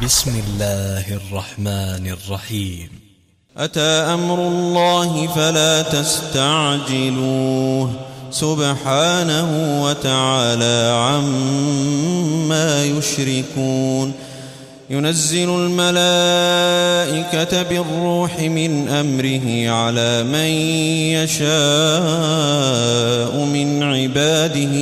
بسم الله الرحمن الرحيم. أتى أمر الله فلا تستعجلوه سبحانه وتعالى عما يشركون. ينزل الملائكة بالروح من أمره على من يشاء من عباده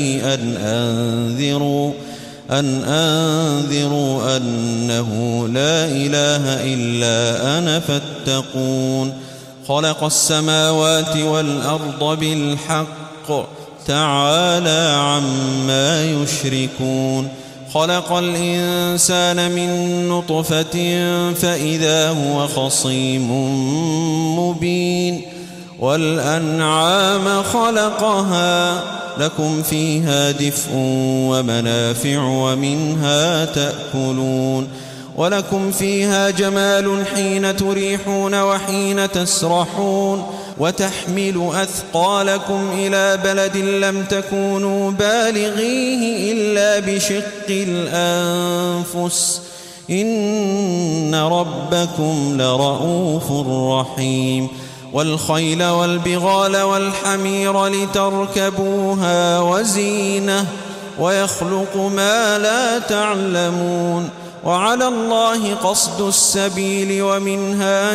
أن أنذروا أنه لا إله إلا أنا فاتقون. خلق السماوات والأرض بالحق تعالى عما يشركون. خلق الإنسان من نطفة فإذا هو خصيم مبين. والأنعام خلقها لكم فيها دفء ومنافع ومنها تأكلون. ولكم فيها جمال حين تريحون وحين تسرحون. وتحمل أثقالكم إلى بلد لم تكونوا بالغيه إلا بشق الأنفس إن ربكم لرؤوف رحيم. والخيل والبغال والحمير لتركبوها وزينة ويخلق ما لا تعلمون. وعلى الله قصد السبيل ومنها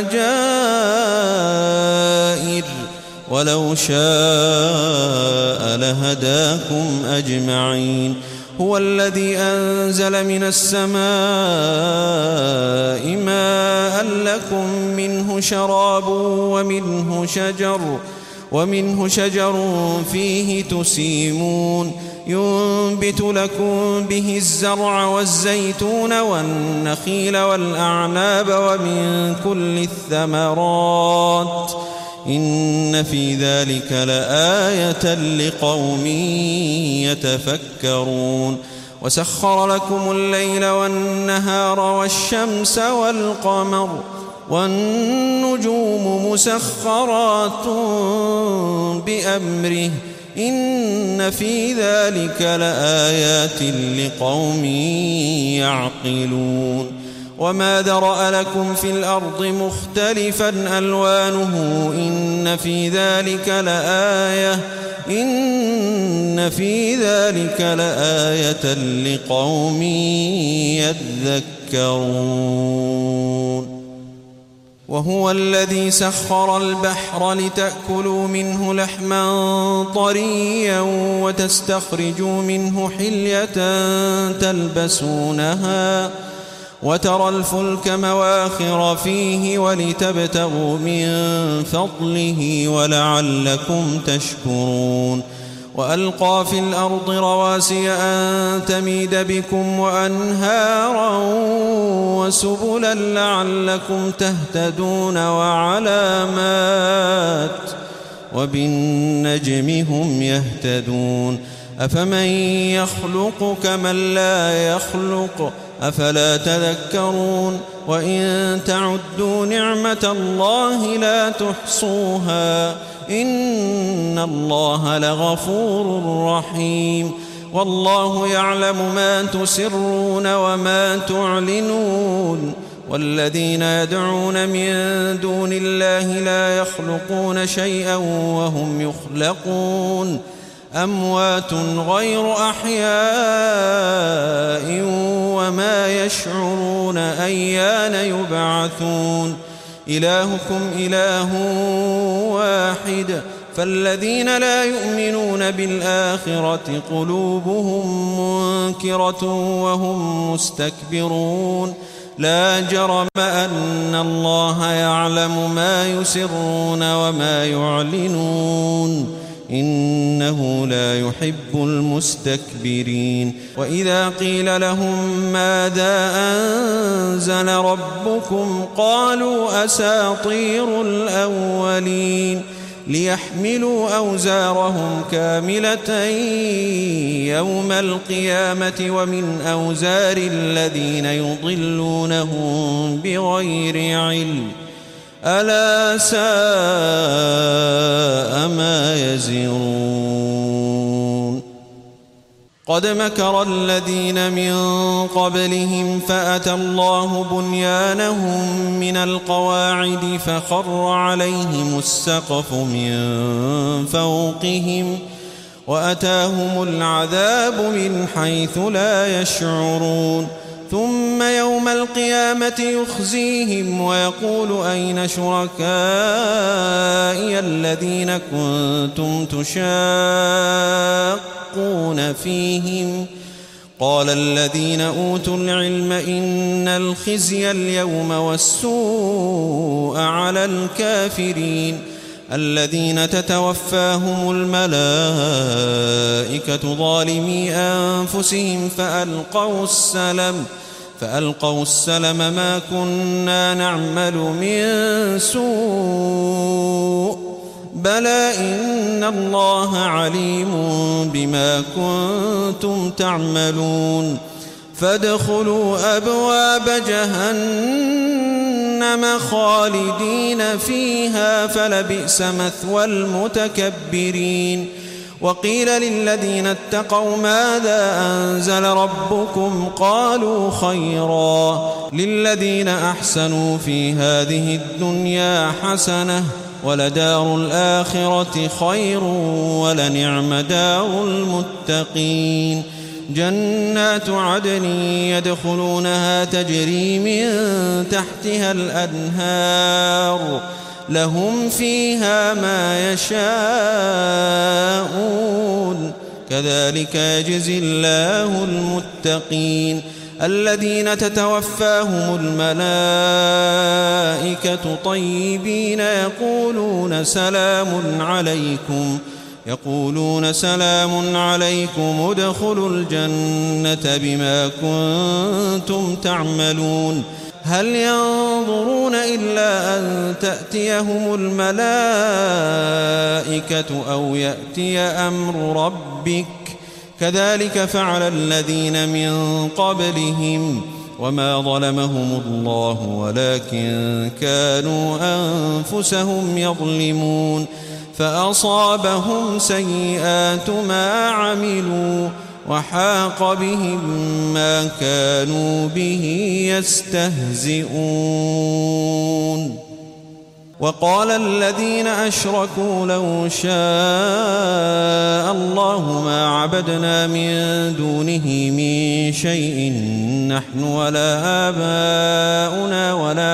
جائر ولو شاء لهداكم أجمعين. هو الذي أنزل من السماء ماء لكم منه شراب ومنه شجر فيه تسيمون. ينبت لكم به الزرع والزيتون والنخيل والأعناب ومن كل الثمرات إن في ذلك لآية لقوم يتفكرون. وسخر لكم الليل والنهار والشمس والقمر والنجوم مسخرات بأمره إن في ذلك لآيات لقوم يعقلون. وما ذرأ لكم في الأرض مختلفا ألوانه إن في ذلك لآية لقوم يذكرون. وهو الذي سخر البحر لتأكلوا منه لحما طريا وتستخرجوا منه حلية تلبسونها وترى الفلك مواخر فيه ولتبتغوا من فضله ولعلكم تشكرون. وألقى في الأرض رواسي أن تميد بكم وأنهارا وسبلا لعلكم تهتدون وعلامات وبالنجم هم يهتدون. أفمن يخلق كمن لا يخلق أفلا تذكرون. وإن تعدوا نعمة الله لا تحصوها إن الله لغفور رحيم. والله يعلم ما تسرون وما تعلنون. والذين يدعون من دون الله لا يخلقون شيئا وهم يخلقون أموات غير أحياء وما يشعرون أيان يبعثون. إلهكم إله واحد فالذين لا يؤمنون بالآخرة قلوبهم منكرة وهم مستكبرون. لا جرم أن الله يعلم ما يسرون وما يعلنون إنه لا يحب المستكبرين. وإذا قيل لهم ماذا أنزل ربكم قالوا أساطير الأولين ليحملوا أوزارهم كاملة يوم القيامة ومن أوزار الذين يضلونهم بغير علم ألا ساء ما يزرون. قد مكر الذين من قبلهم فأتى الله بنيانهم من القواعد فخر عليهم السقف من فوقهم وأتاهم العذاب من حيث لا يشعرون ثم يوم القيامة يخزيهم ويقول أين شركائي الذين كنتم تشاقون فيهم قال الذين أوتوا العلم إن الخزي اليوم والسوء على الكافرين الذين تتوفاهم الملائكة ظالمي أنفسهم فألقوا السلم ما كنا نعمل من سوء بلى إن الله عليم بما كنتم تعملون فادخلوا أبواب جهنم خالدين فيها فلبئس مثوى المتكبرين وقيل للذين اتقوا ماذا أنزل ربكم قالوا خيرا للذين أحسنوا في هذه الدنيا حسنة ولدار الآخرة خير ولنعم دار المتقين جنات عدن يدخلونها تجري من تحتها الأنهار لهم فيها ما يشاءون كذلك يجزي الله المتقين الذين تتوفاهم الملائكة طيبين يقولون سلام عليكم ادخلوا الجنة بما كنتم تعملون هل ينظرون إلا أن تأتيهم الملائكة أو يأتي أمر ربك كذلك فعل الذين من قبلهم وما ظلمهم الله ولكن كانوا أنفسهم يظلمون فأصابهم سيئات ما عملوا وحاق بهم ما كانوا به يستهزئون وقال الذين أشركوا لو شاء الله ما عبدنا من دونه من شيء نحن ولا آباؤنا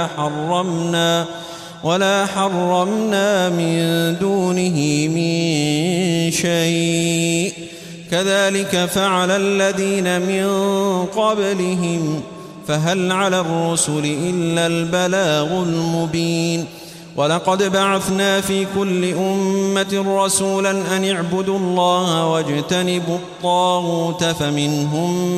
ولا حرمنا من دونه من شيء كذلك فعل الذين من قبلهم فهل على الرسل إلا البلاغ المبين ولقد بعثنا في كل أمة رسولا أن اعبدوا الله واجتنبوا الطاغوت فمنهم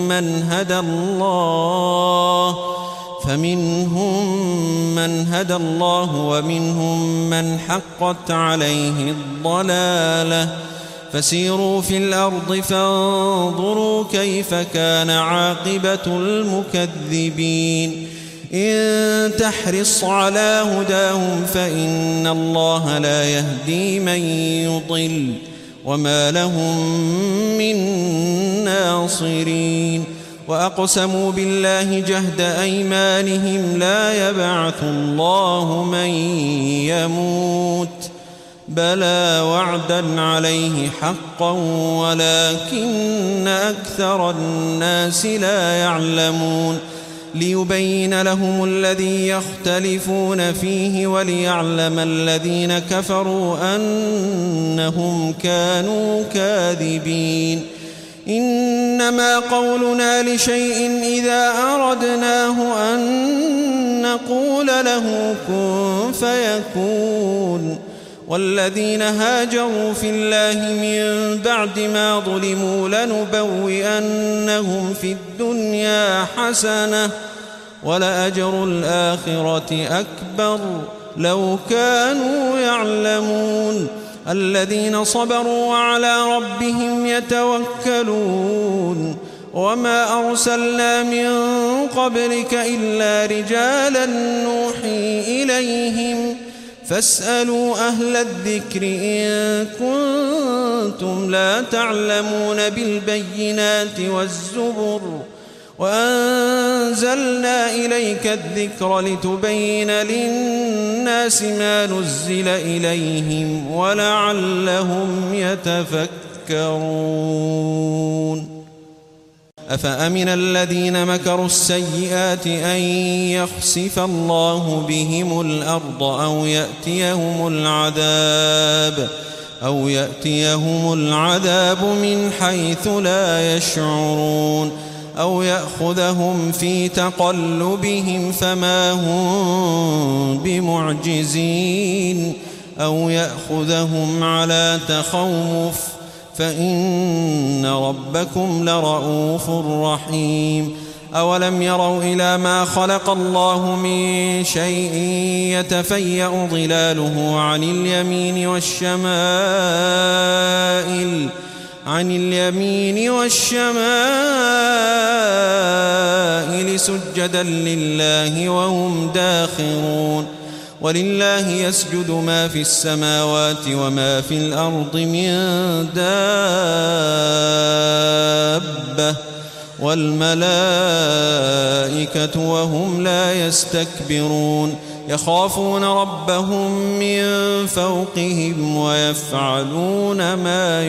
من هدى الله ومنهم من حقت عليه الضلالة فسيروا في الأرض فانظروا كيف كان عاقبة المكذبين إن تحرص على هداهم فإن الله لا يهدي من يضل وما لهم من ناصرين وأقسموا بالله جهد أيمانهم لا يبعث الله من يموت بلى وعدا عليه حقا ولكن أكثر الناس لا يعلمون ليبين لهم الذي يختلفون فيه وليعلم الذين كفروا أنهم كانوا كاذبين إنما قولنا لشيء إذا أردناه أن نقول له كن فيكون والذين هاجروا في الله من بعد ما ظلموا لنبوئنهم في الدنيا حسنة ولأجر الآخرة أكبر لو كانوا يعلمون الذين صبروا وعلى ربهم يتوكلون وما أرسلنا من قبلك إلا رجالا نوحي إليهم فاسألوا أهل الذكر إن كنتم لا تعلمون بالبينات والزبر وأنزلنا إليك الذكر لتبين للناس ما نزل إليهم ولعلهم يتفكرون أفأمن الذين مكروا السيئات أن يخسف الله بهم الأرض أو يأتيهم العذاب من حيث لا يشعرون أو يأخذهم في تقلبهم فما هم بمعجزين أو يأخذهم على تخوف فإن ربكم لرؤوف رحيم أولم يروا إلى ما خلق الله من شيء يتفيأ ظلاله عن اليمين والشمائل سجدا لله وهم داخرون ولله يسجد ما في السماوات وما في الأرض من دابة والملائكة وهم لا يستكبرون يخافون ربهم من فوقهم ويفعلون ما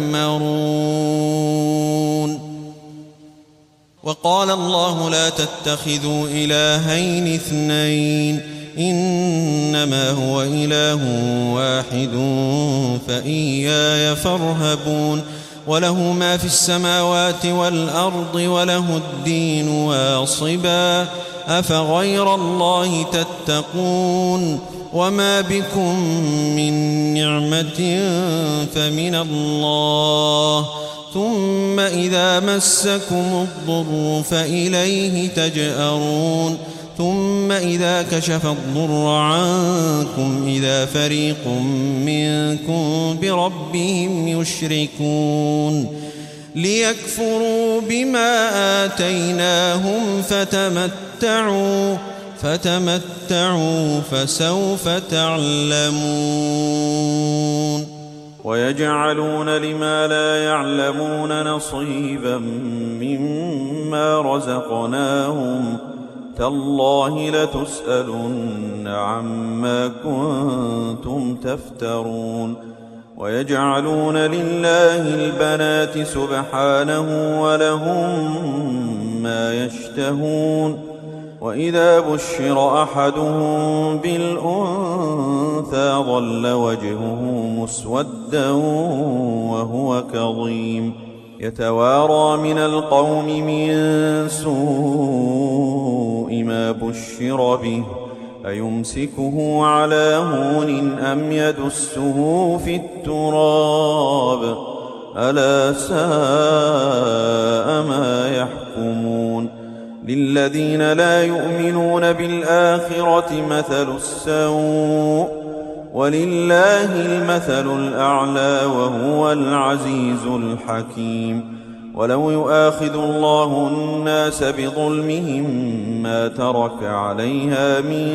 يؤمرون وقال الله لا تتخذوا إلهين اثنين إنما هو إله واحد فإياي فارهبون وله ما في السماوات والأرض وله الدين واصبا أفغير الله تتقون وما بكم من نعمة فمن الله ثم إذا مسكم الضر فإليه تجأرون ثم إذا كشف الضر عنكم إذا فريق منكم بربهم يشركون ليكفروا بما آتيناهم فتمتعوا فسوف تعلمون ويجعلون لما لا يعلمون نصيبا مما رزقناهم تالله لتسألن عما كنتم تفترون ويجعلون لله البنات سبحانه ولهم ما يشتهون وإذا بشر أحدهم بالأنثى ظل وجهه مسودا وهو كظيم يتوارى من القوم من سوء ما بشر به أيمسكه على هون أم يدسه في التراب ألا ساء ما يحكمون للذين لا يؤمنون بالآخرة مثل السوء ولله المثل الأعلى وهو العزيز الحكيم ولو يؤاخذ الله الناس بظلمهم ما ترك عليها من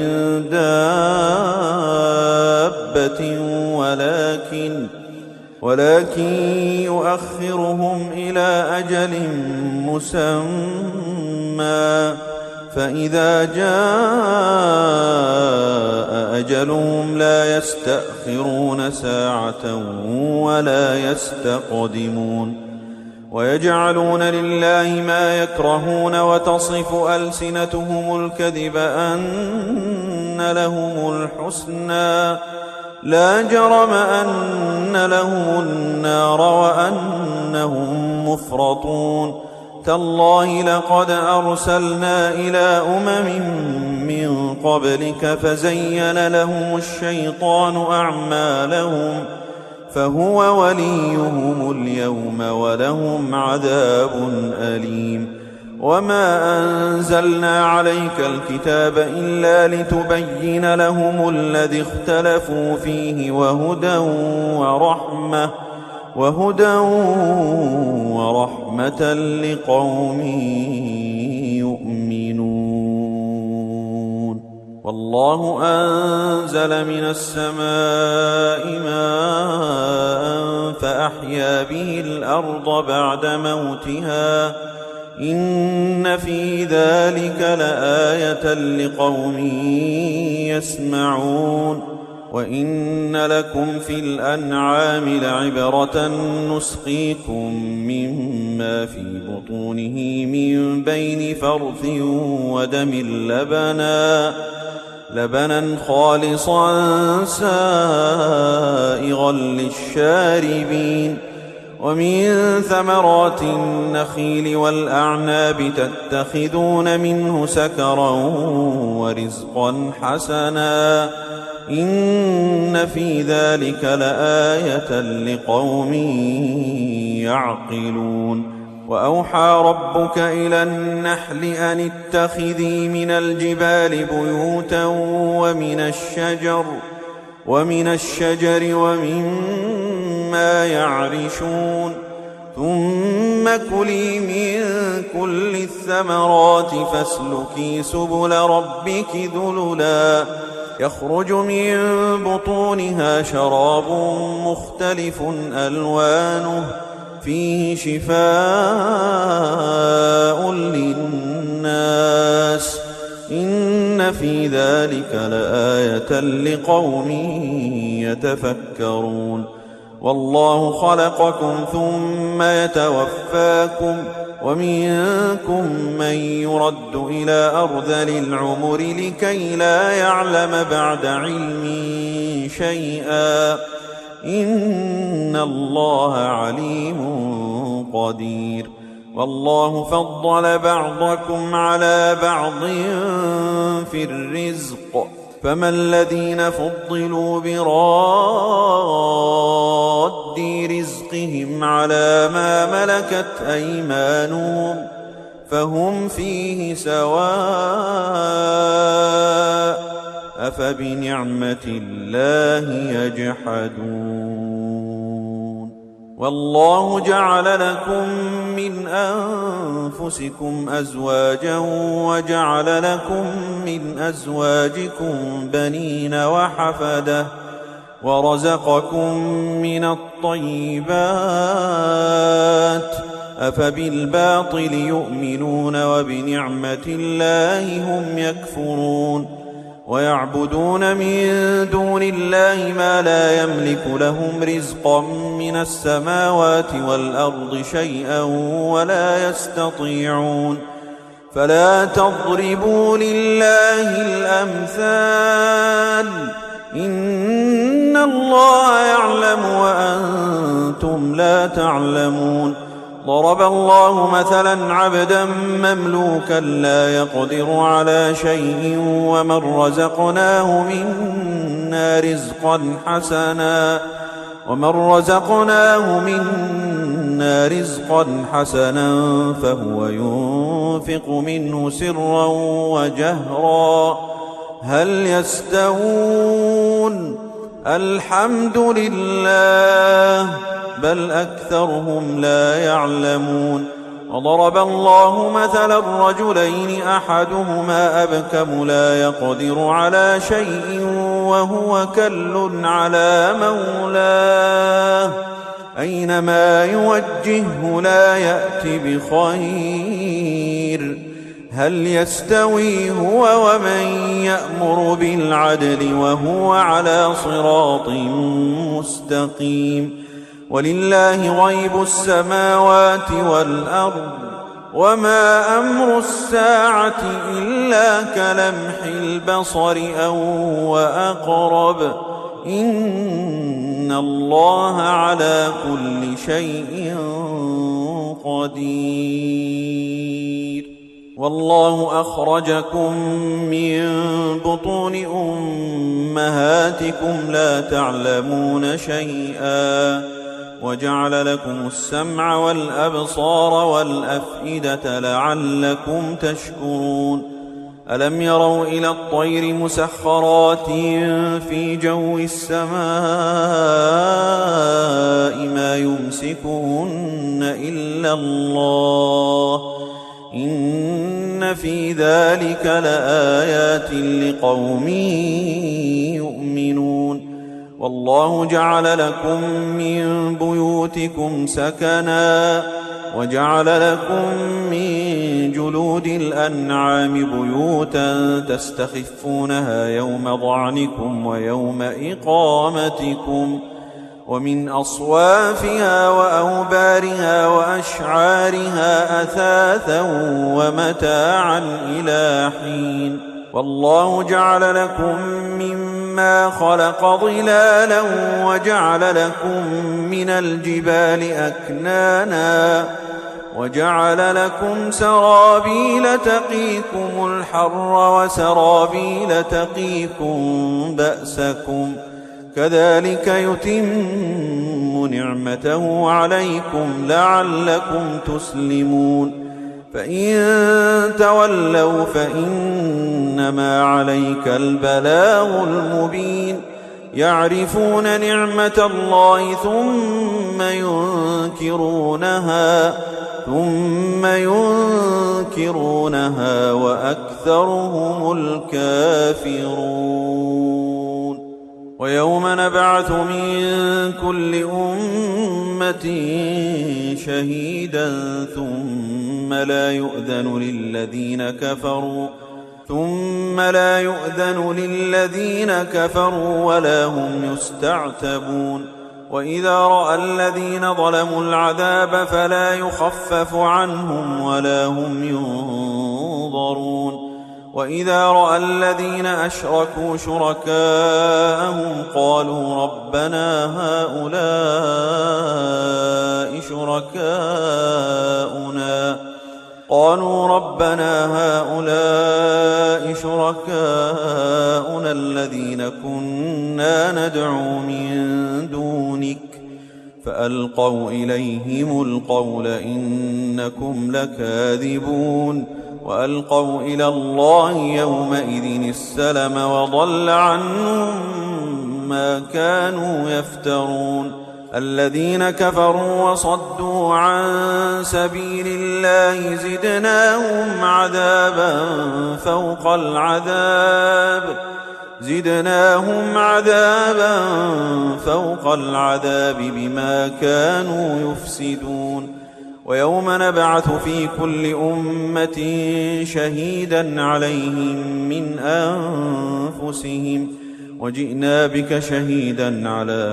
دابة ولكن يؤخرهم إلى أجل مسمى فإذا جاء أجلهم لا يستأخرون ساعة ولا يستقدمون ويجعلون لله ما يكرهون وتصف ألسنتهم الكذب أن لهم الحسنى لا جرم أن لهم النار وأنهم مفرطون تالله لقد أرسلنا إلى من قبلك فزين لهم الشيطان أعمالهم فهو وليهم اليوم ولهم عذاب أليم وما أنزلنا عليك الكتاب إلا لتبين لهم الذي اختلفوا فيه وهدى ورحمة لقوم يؤمنون والله أنزل من السماء ماء فأحيا به الأرض بعد موتها إن في ذلك لآية لقوم يسمعون وإن لكم في الأنعام لعبرة نسقيكم مما في بطونه من بين فرث ودم لبنا خالصا سائغا للشاربين ومن ثمرات النخيل والأعناب تتخذون منه سكرا ورزقا حسنا إن في ذلك لآية لقوم يعقلون وأوحى ربك إلى النحل أن اتخذي من الجبال بيوتا ومن الشجر ومما يعرشون ثم كلي من كل الثمرات فاسلكي سبل ربك ذللا يخرج من بطونها شراب مختلف ألوانه فيه شفاء للناس إن في ذلك لآية لقوم يتفكرون والله خلقكم ثم يتوفاكم ومنكم من يرد إلى أرذل العمر لكي لا يعلم بعد علم شيئا إن الله عليم قدير والله فضل بعضكم على بعض في الرزق فما الذين فضلوا براد رزقهم على ما ملكت أيمانهم فهم فيه سواء أفبنعمة الله يجحدون والله جعل لكم من أنفسكم أزواجا وجعل لكم من أزواجكم بنين وحفدة ورزقكم من الطيبات أفبالباطل يؤمنون وبنعمة الله هم يكفرون ويعبدون من دون الله ما لا يملك لهم رزقا من السماوات والأرض شيئا ولا يستطيعون فلا تضربوا لله الأمثال إن الله يعلم وأنتم لا تعلمون ضرب الله مثلا عبدا مملوكا لا يقدر على شيء ومن رزقناه منا رزقا حسنا فهو ينفق منه سرا وجهرا هل يستوون الحمد لله بل أكثرهم لا يعلمون وضرب الله مثلا رجلين أحدهما أبكم لا يقدر على شيء وهو كل على مولاه أينما يوجهه لا يأتي بخير هل يستوي هو ومن يأمر بالعدل وهو على صراط مستقيم ولله غيب السماوات والأرض وما أمر الساعة إلا كلمح البصر أو وأقرب إن الله على كل شيء قدير والله أخرجكم من بطون أمهاتكم لا تعلمون شيئا وجعل لكم السمع والأبصار والأفئدة لعلكم تشكرون ألم يروا إلى الطير مسخرات في جو السماء ما يمسكهن إلا الله إن إن في ذلك لآيات لقوم يؤمنون والله جعل لكم من بيوتكم سكنا وجعل لكم من جلود الأنعام بيوتا تستخفونها يوم ضعنكم ويوم إقامتكم ومن أصوافها وأوبارها وأشعارها أثاثا ومتاعا إلى حين والله جعل لكم مما خلق ظلالا وجعل لكم من الجبال أكنانا وجعل لكم سرابيل تقيكم الحر وسرابيل تقيكم بأسكم كذلك يتم نعمته عليكم لعلكم تسلمون فإن تولوا فإنما عليك البلاغ المبين يعرفون نعمة الله ثم ينكرونها وأكثرهم الكافرون ويوم نبعث من كل أمة شهيدا ثم لا يؤذن للذين كفروا ولا هم يستعتبون وإذا رأى الذين ظلموا العذاب فلا يخفف عنهم ولا هم ينظرون وإذا رأى الذين أشركوا شركاءهم قالوا ربنا هؤلاء شركاؤنا الذين كنا ندعو من دونك فألقوا إليهم القول إنكم لكاذبون وألقوا إلى الله يومئذ السلم وضل عنهم ما كانوا يفترون الذين كفروا وصدوا عن سبيل الله زدناهم عذابا فوق العذاب بما كانوا يفسدون ويوم نبعث في كل أمة شهيدا عليهم من أنفسهم وجئنا بك شهيدا على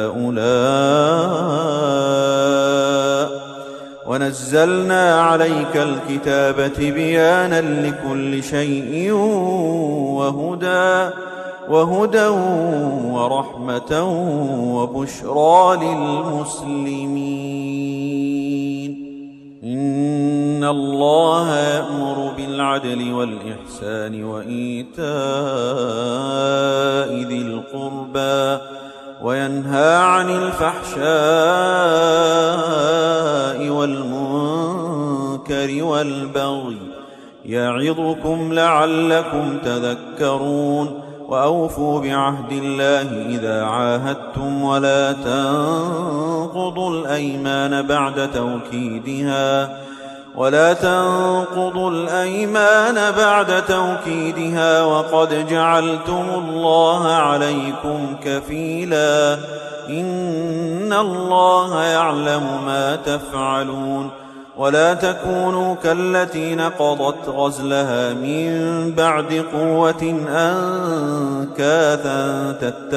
هؤلاء ونزلنا عليك الكتاب تبيانا لكل شيء وهدى ورحمة وبشرى للمسلمين إن الله يأمر بالعدل والإحسان وإيتاء ذي القربى وينهى عن الفحشاء والمنكر والبغي يعظكم لعلكم تذكرون وأوفوا بعهد الله إذا عاهدتم ولا تنقضوا الأيمان بعد توكيدها وقد جعلتم الله عليكم كفيلا إن الله يعلم ما تفعلون ولا تكونوا كالتي نقضت غزلها من بعد قوة أنكاثا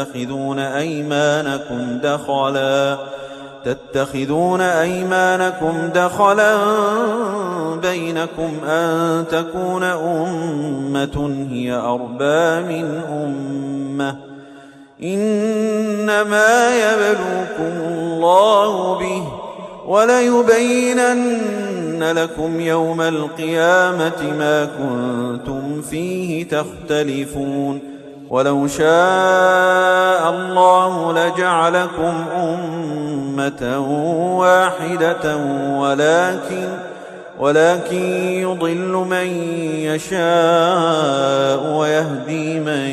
تتخذون أيمانكم دخلا بينكم أن تكون أمة هي أربى من أمة إنما يبلوكم الله به وليبينن لكم يوم القيامة ما كنتم فيه تختلفون ولو شاء الله لجعلكم أمة واحدة ولكن يضل من يشاء ويهدي من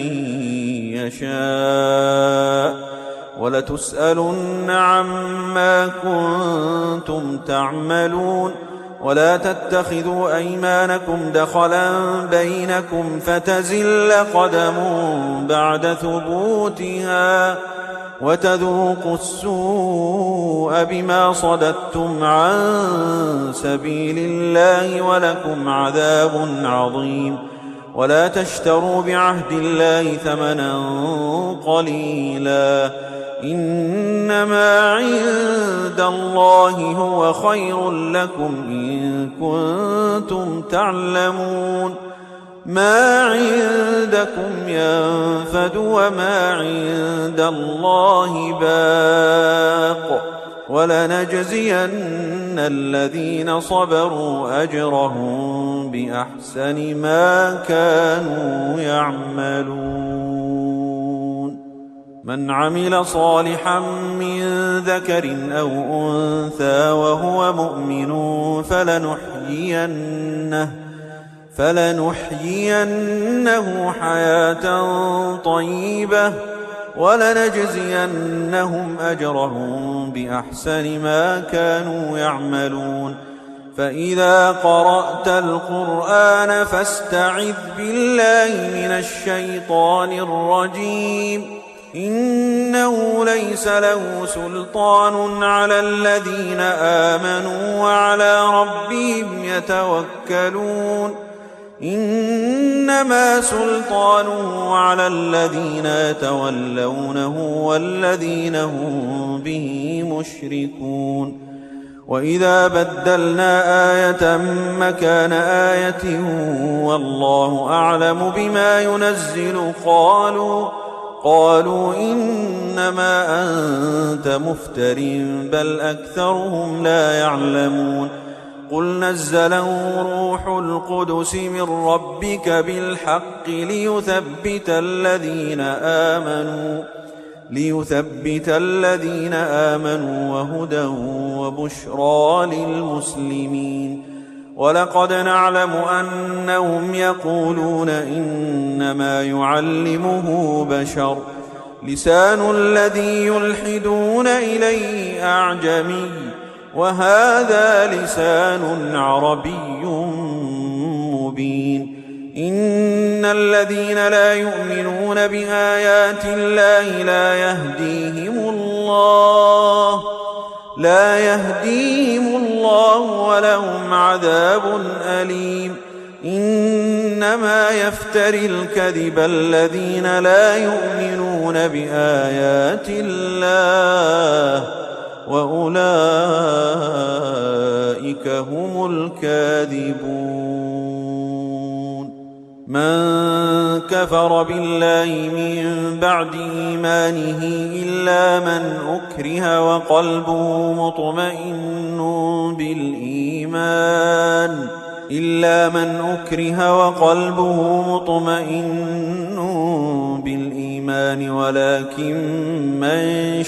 يشاء ولتسألن عما كنتم تعملون ولا تتخذوا أيمانكم دخلا بينكم فتزل قدم بعد ثبوتها وتذوقوا السوء بما صددتم عن سبيل الله ولكم عذاب عظيم. ولا تشتروا بعهد الله ثمنا قليلا إنما عند الله هو خير لكم إن كنتم تعلمون. ما عندكم ينفد وما عند الله باق ولنجزين الذين صبروا أجرهم بأحسن ما كانوا يعملون. من عمل صالحا من ذكر أو أنثى وهو مؤمن فلنحيينه حياة طيبة ولنجزينهم أجرهم بأحسن ما كانوا يعملون. فإذا قرأت القرآن فاستعذ بالله من الشيطان الرجيم إنه ليس له سلطان على الذين آمنوا وعلى ربهم يتوكلون. إنما سلطانه على الذين يتولونه والذين هم به مشركون. وإذا بدلنا آية مكان آية والله أعلم بما ينزل قالوا إنما أنت مفتر بل أكثرهم لا يعلمون. قل نزله روح القدس من ربك بالحق ليثبت الذين آمنوا وهدى وبشرى للمسلمين. ولقد نعلم أنهم يقولون إنما يعلمه بشر لسان الذي يلحدون إليه أعجمي وهذا لسان عربي مبين. إن الذين لا يؤمنون بآيات الله لا يهديهم الله ولهم عذاب أليم. إنما يفتري الكذب الذين لا يؤمنون بآيات الله وأولئك هم الكاذبون. من كفر بالله من بعد إيمانه إلا من أكره وقلبه مطمئن بالإيمان ولكن من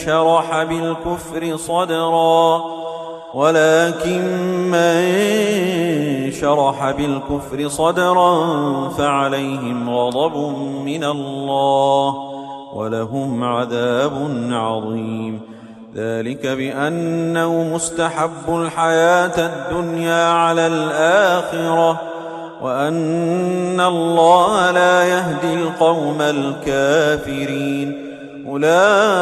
شرح بالكفر صدرا فعليهم غضب من الله ولهم عذاب عظيم. ذلك بأنه مستحب الحياة الدنيا على الآخرة وأن الله لا يهدي القوم الكافرين. أولئك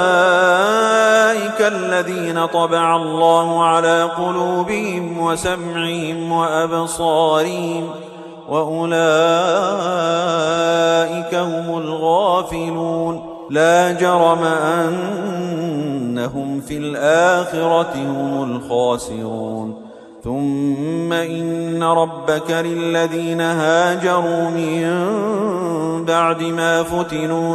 الذين طبع الله على قلوبهم وسمعهم وأبصارهم وأولئك هم الغافلون. لا جرم أنهم في الآخرة هم الخاسرون. ثم إن ربك للذين هاجروا من بعد ما فتنوا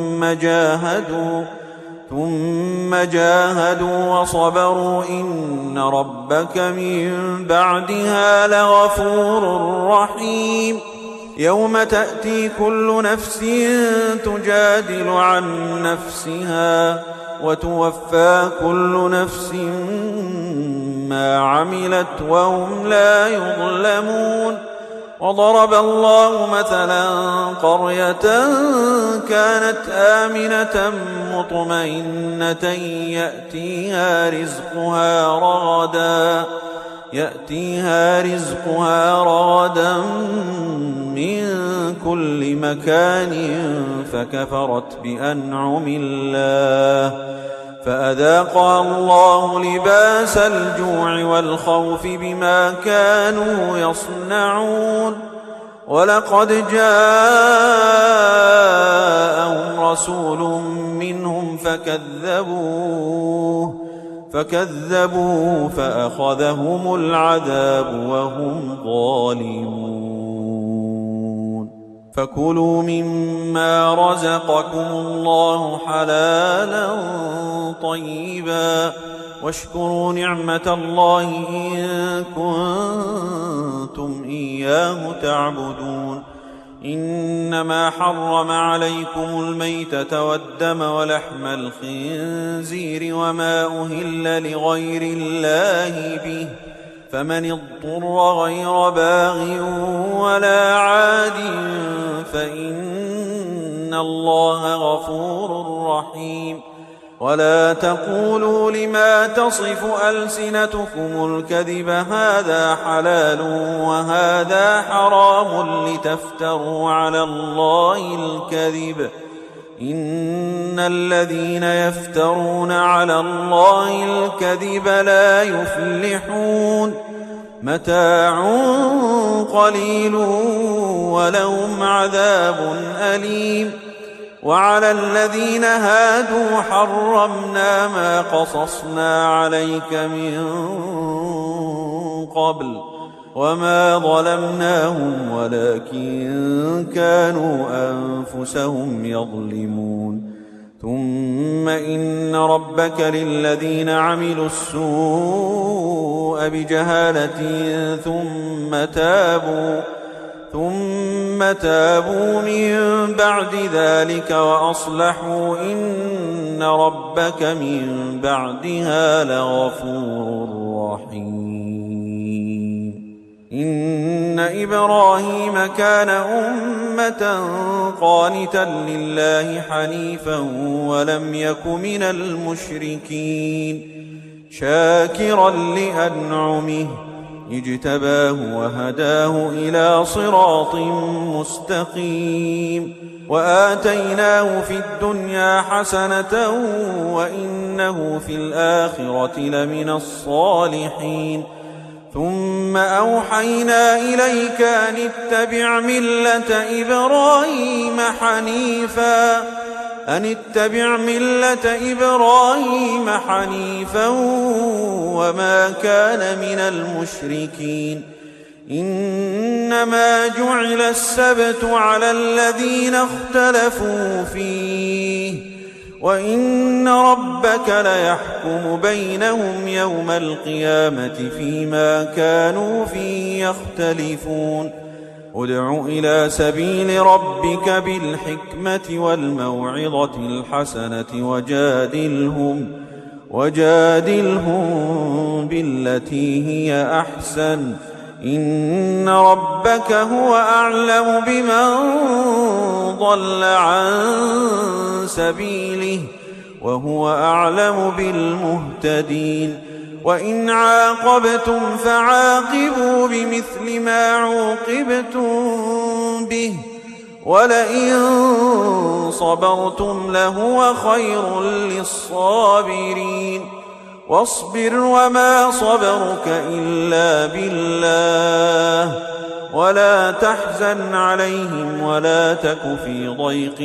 ثم جاهدوا وصبروا إن ربك من بعدها لغفور رحيم. يوم تأتي كل نفس تجادل عن نفسها وتوفى كل نفس ما عملت وهم لا يظلمون. وضرب الله مثلا قرية كانت آمنة مطمئنة يأتيها رزقها يأتيها رزقها رغدا من كل مكان فكفرت بأنعم الله فأذاقها الله لباس الجوع والخوف بما كانوا يصنعون ولقد جاءهم رسول منهم فكذبوه فأخذهم العذاب وهم ظالمون فكلوا مما رزقكم الله حلالا طيبا واشكروا نعمة الله إن كنتم إياه تعبدون إنما حرم عليكم الميتة والدم ولحم الخنزير وما أهل لغير الله به فمن اضطر غير باغ ولا عاد فإن الله غفور رحيم ولا تقولوا لما تصف ألسنتكم الكذب هذا حلال وهذا حرام لتفتروا على الله الكذب إن الذين يفترون على الله الكذب لا يفلحون متاع قليل ولهم عذاب أليم وعلى الذين هادوا حرمنا ما قصصنا عليك من قبل وما ظلمناهم ولكن كانوا أنفسهم يظلمون ثم إن ربك للذين عملوا السوء بجهالة ثم تابوا من بعد ذلك وأصلحوا إن ربك من بعدها لغفور رحيم إن إبراهيم كان أمة قانتا لله حنيفا ولم يك من المشركين شاكرا لأنعمه اجتباه وهداه إلى صراط مستقيم وآتيناه في الدنيا حسنة وإنه في الآخرة لمن الصالحين ثم أوحينا إليك أن اتبع ملة إبراهيم حنيفا وما كان من المشركين إنما جعل السبت على الذين اختلفوا فيه وإن ربك ليحكم بينهم يوم القيامة فيما كانوا فيه يختلفون ادع إلى سبيل ربك بالحكمة والموعظة الحسنة وجادلهم بالتي هي أحسن إن ربك هو أعلم بمن ضل عن سبيله وهو أعلم بالمهتدين وإن عاقبتم فعاقبوا بمثل ما عوقبتم به ولئن صبرتم لهو خير للصابرين واصبر وما صبرك إلا بالله ولا تحزن عليهم ولا تك في ضيق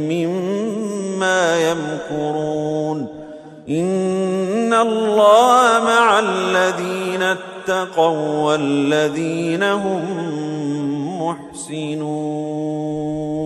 مما يمكرون إن الله مع الذين اتقوا والذين هم محسنون